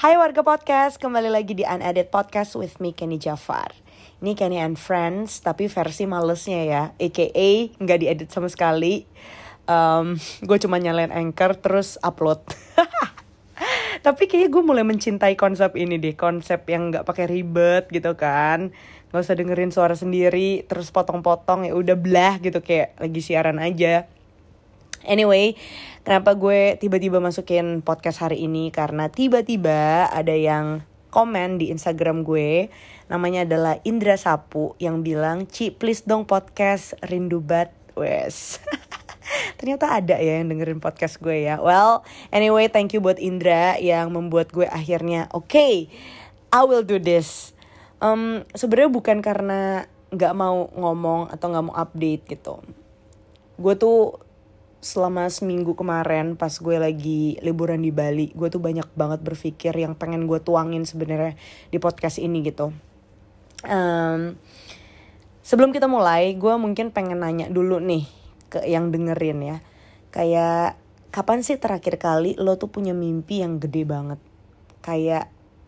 Hai warga podcast, kembali lagi di Unedited Podcast with me, Kenny Jafar. Ini Kenny and Friends, tapi versi malesnya ya, aka nggak diedit sama sekali. Gue cuma nyalain Anchor terus upload. Tapi kayaknya gue mulai mencintai konsep ini deh, konsep yang nggak pakai ribet gitu kan, nggak usah dengerin suara sendiri, terus potong-potong, ya udah blah gitu kayak lagi siaran aja. Anyway, kenapa gue tiba-tiba masukin podcast hari ini? Karena tiba-tiba ada yang komen di Instagram gue. Namanya adalah Indra Sapu yang bilang, "Ci, please dong podcast, rindu bat." Wes. Ternyata ada ya yang dengerin podcast gue ya. Well, anyway, thank you buat Indra yang membuat gue akhirnya okay, I will do this. Sebenarnya bukan karena gak mau ngomong atau gak mau update gitu. Gue tuh selama seminggu kemarin pas gue lagi liburan di Bali, gue tuh banyak banget berpikir yang pengen gue tuangin sebenarnya di podcast ini gitu. Sebelum kita mulai, gue mungkin pengen nanya dulu nih ke yang dengerin ya. Kayak kapan sih terakhir kali lo tuh punya mimpi yang gede banget? Kayak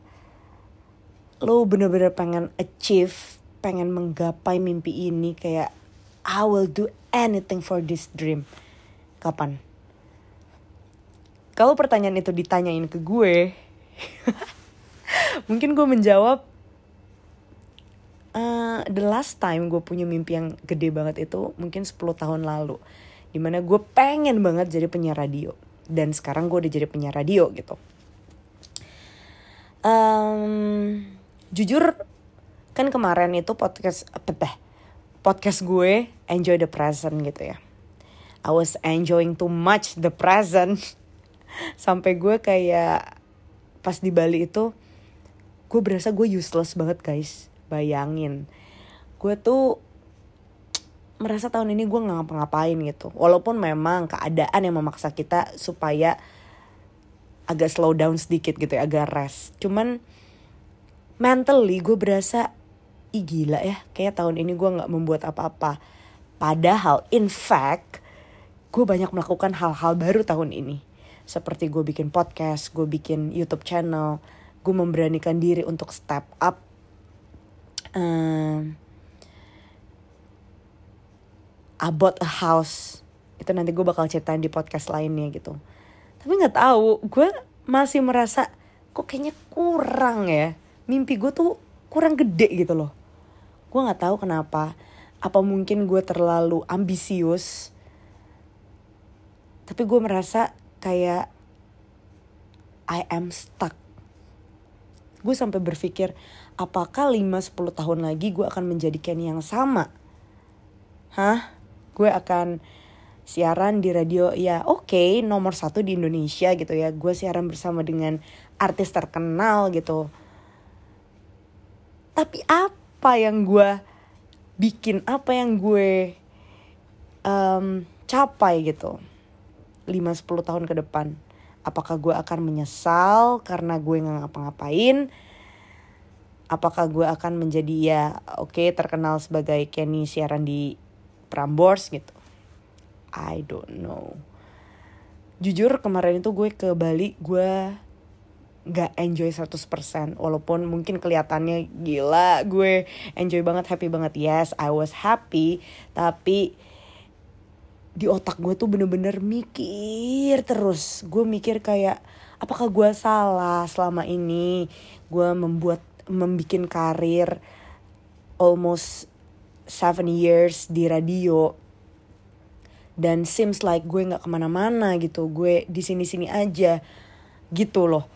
lo bener-bener pengen achieve, pengen menggapai mimpi ini, kayak I will do anything for this dream. Kapan? Kalau pertanyaan itu ditanyain ke gue, mungkin gue menjawab the last time gue punya mimpi yang gede banget itu mungkin 10 tahun lalu, dimana gue pengen banget jadi penyiar radio. Dan sekarang gue udah jadi penyiar radio gitu. Jujur kan kemarin itu podcast gue Enjoy the Present gitu ya. I was enjoying too much the present. Sampai gue kayak pas di Bali itu, gue berasa gue useless banget guys. Bayangin, gue tuh merasa tahun ini gue gak ngapa-ngapain gitu. Walaupun memang keadaan yang memaksa kita supaya agak slow down sedikit gitu ya, agak rest. Cuman mentally gue berasa, ih gila ya, kayak tahun ini gue gak membuat apa-apa. Padahal in fact gue banyak melakukan hal-hal baru tahun ini. Seperti gue bikin podcast, gue bikin YouTube channel, gue memberanikan diri untuk step up. I bought a house. Itu nanti gue bakal ceritain di podcast lainnya gitu. Tapi gak tahu, gue masih merasa kok kayaknya kurang ya. Mimpi gue tuh kurang gede gitu loh. Gue gak tahu kenapa. Apa mungkin gue terlalu ambisius? Tapi gue merasa kayak I am stuck. Gue sampai berpikir, apakah 5-10 tahun lagi gue akan menjadi Kenny yang sama? Gue akan siaran di radio, ya oke, nomor 1 di Indonesia gitu ya. Gue siaran bersama dengan artis terkenal gitu. Tapi apa yang gue bikin, apa yang gue capai gitu 5-10 tahun ke depan? Apakah gue akan menyesal karena gue gak ngapa-ngapain? Apakah gue akan menjadi terkenal sebagai Kenny siaran di Prambors gitu? I don't know. Jujur kemarin itu gue ke Bali, gue gak enjoy 100%. Walaupun mungkin kelihatannya gila, gue enjoy banget, happy banget. Yes, I was happy. Tapi di otak gue tuh bener-bener mikir terus. Gue mikir kayak, apakah gue salah selama ini gue membuat karir almost 7 years di radio, dan seems like gue gak kemana-mana gitu. Gue di sini-sini aja gitu loh.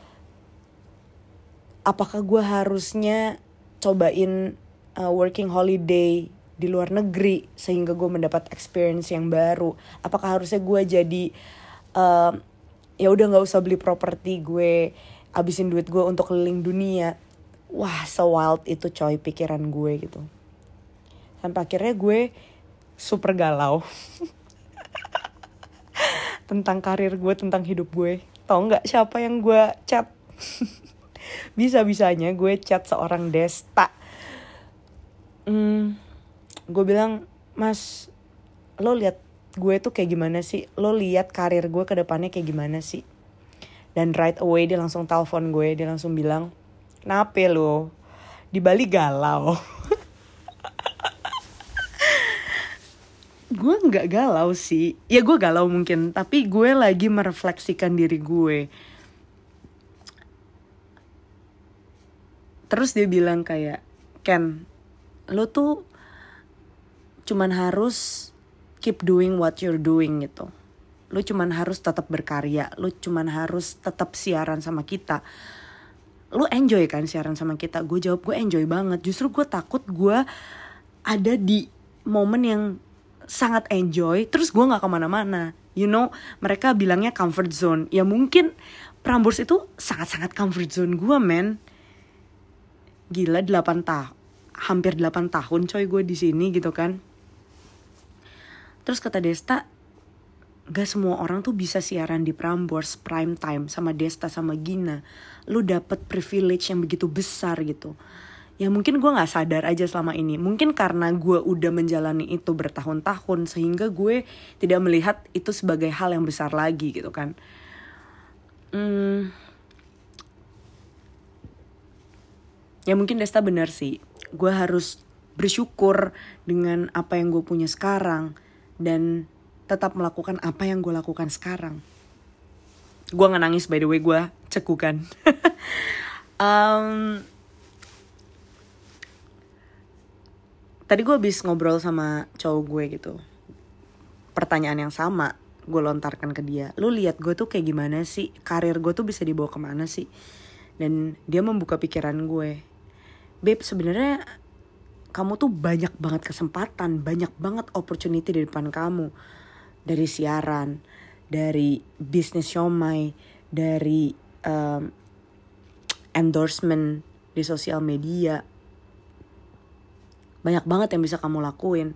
Apakah gue harusnya cobain working holiday di luar negeri sehingga gue mendapat experience yang baru? Apakah harusnya gue jadi ya udah nggak usah beli properti, gue abisin duit gue untuk keliling dunia? Wah, so wild itu coy pikiran gue gitu. Sampai akhirnya gue super galau tentang karir gue, tentang hidup gue. Tau nggak siapa yang gue chat? Bisa-bisanya gue chat seorang Desta. Gue bilang, "Mas, lo lihat gue tuh kayak gimana sih? Lo lihat karir gue ke depannya kayak gimana sih?" Dan right away dia langsung telepon gue, dia langsung bilang, "Kenapa lo? Di Bali galau?" Gue gak galau sih. Ya gue galau mungkin, tapi gue lagi merefleksikan diri gue. Terus dia bilang kayak, "Ken, lo tuh cuman harus keep doing what you're doing gitu. Lo cuman harus tetap berkarya, lo cuman harus tetap siaran sama kita. Lo enjoy kan siaran sama kita?" Gue jawab, gue enjoy banget. Justru gue takut gue ada di momen yang sangat enjoy, terus gue gak kemana-mana. You know, mereka bilangnya comfort zone. Ya mungkin Prambors itu sangat-sangat comfort zone gue, men. Gila, hampir 8 tahun coy gue di sini gitu kan. Terus kata Desta, gak semua orang tuh bisa siaran di Prambors prime time sama Desta sama Gina. Lu dapet privilege yang begitu besar gitu. Ya mungkin gue gak sadar aja selama ini. Mungkin karena gue udah menjalani itu bertahun-tahun, sehingga gue tidak melihat itu sebagai hal yang besar lagi gitu kan. Ya mungkin Desta benar sih. Gue harus bersyukur dengan apa yang gue punya sekarang. Dan tetap melakukan apa yang gue lakukan sekarang. Gue gak nangis by the way, gue cekukan. Tadi gue habis ngobrol sama cowok gue gitu. Pertanyaan yang sama gue lontarkan ke dia. Lu lihat gue tuh kayak gimana sih? Karir gue tuh bisa dibawa kemana sih? Dan dia membuka pikiran gue. Babe, sebenarnya kamu tuh banyak banget kesempatan, banyak banget opportunity di depan kamu. Dari siaran, dari bisnis siomay, dari endorsement di sosial media. Banyak banget yang bisa kamu lakuin.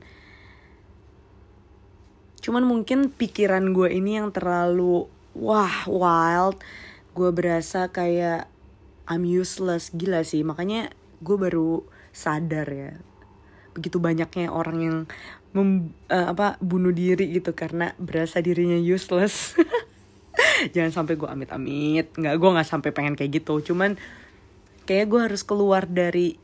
Cuman mungkin pikiran gue ini yang terlalu wild. Gue berasa kayak I'm useless, gila sih. Makanya gue baru sadar ya, begitu banyaknya orang yang bunuh diri gitu karena berasa dirinya useless. Jangan sampai gue amit-amit. Gue nggak sampai pengen kayak gitu. Cuman kayak gue harus keluar dari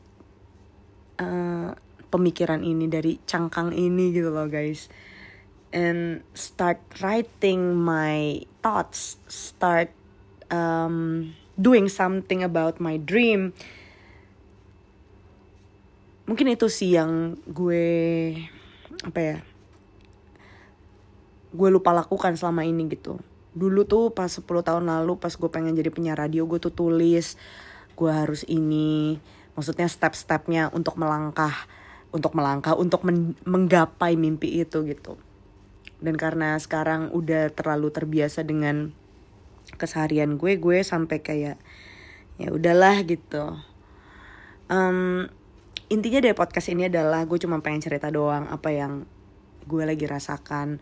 pemikiran ini, dari cangkang ini gitu loh guys, and start writing my thoughts, start doing something about my dream. Mungkin itu sih yang gue lupa lakukan selama ini gitu. Dulu tuh pas 10 tahun lalu pas gue pengen jadi penyiar radio, gue tuh tulis gue harus ini, maksudnya step-stepnya untuk menggapai mimpi itu gitu. Dan karena sekarang udah terlalu terbiasa dengan keseharian gue sampai kayak ya udahlah gitu. Intinya dari podcast ini adalah gue cuma pengen cerita doang apa yang gue lagi rasakan.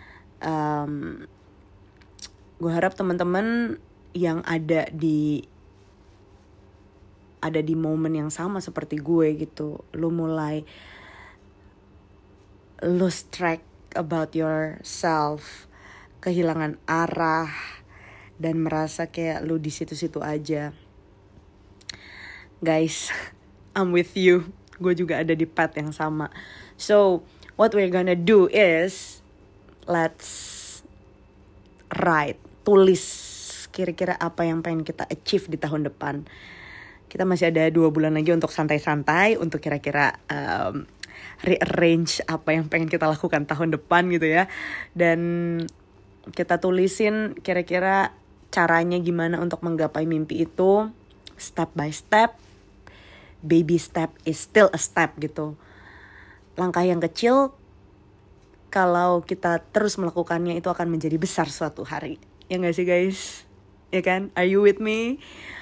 Gue harap teman-teman yang ada di momen yang sama seperti gue gitu, lo mulai lose track about yourself, kehilangan arah, dan merasa kayak lo di situ-situ aja. Guys, I'm with you. Gue juga ada di path yang sama. So, what we're gonna do is let's write, tulis kira-kira apa yang pengen kita achieve di tahun depan. Kita masih ada 2 bulan lagi untuk santai-santai, untuk kira-kira rearrange apa yang pengen kita lakukan tahun depan gitu ya. Dan kita tulisin kira-kira caranya gimana untuk menggapai mimpi itu, step by step. Baby step is still a step gitu. Langkah yang kecil, kalau kita terus melakukannya itu akan menjadi besar suatu hari. Ya gak sih guys? Ya kan? Are you with me?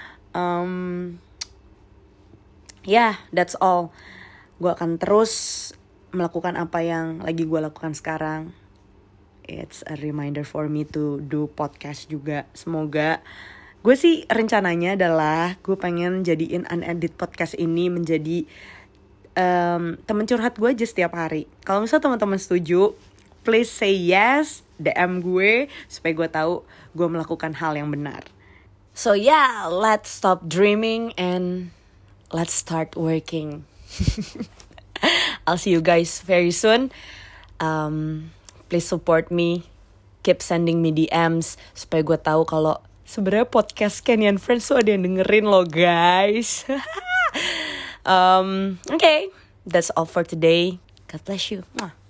Yeah, that's all. Gue akan terus melakukan apa yang lagi gue lakukan sekarang. It's a reminder for me to do podcast juga. Semoga, gue sih rencananya adalah gue pengen jadiin unedit podcast ini menjadi teman curhat gue aja setiap hari. Kalau misalnya teman-teman setuju, please say yes, DM gue supaya gue tahu gue melakukan hal yang benar. So yeah, let's stop dreaming and let's start working. I'll see you guys very soon. Please support me. Keep sending me DMs supaya gue tahu kalau sebenarnya podcast Kenny and Friends tuh ada yang dengerin loh guys. Okay, that's all for today. God bless you. Mwah.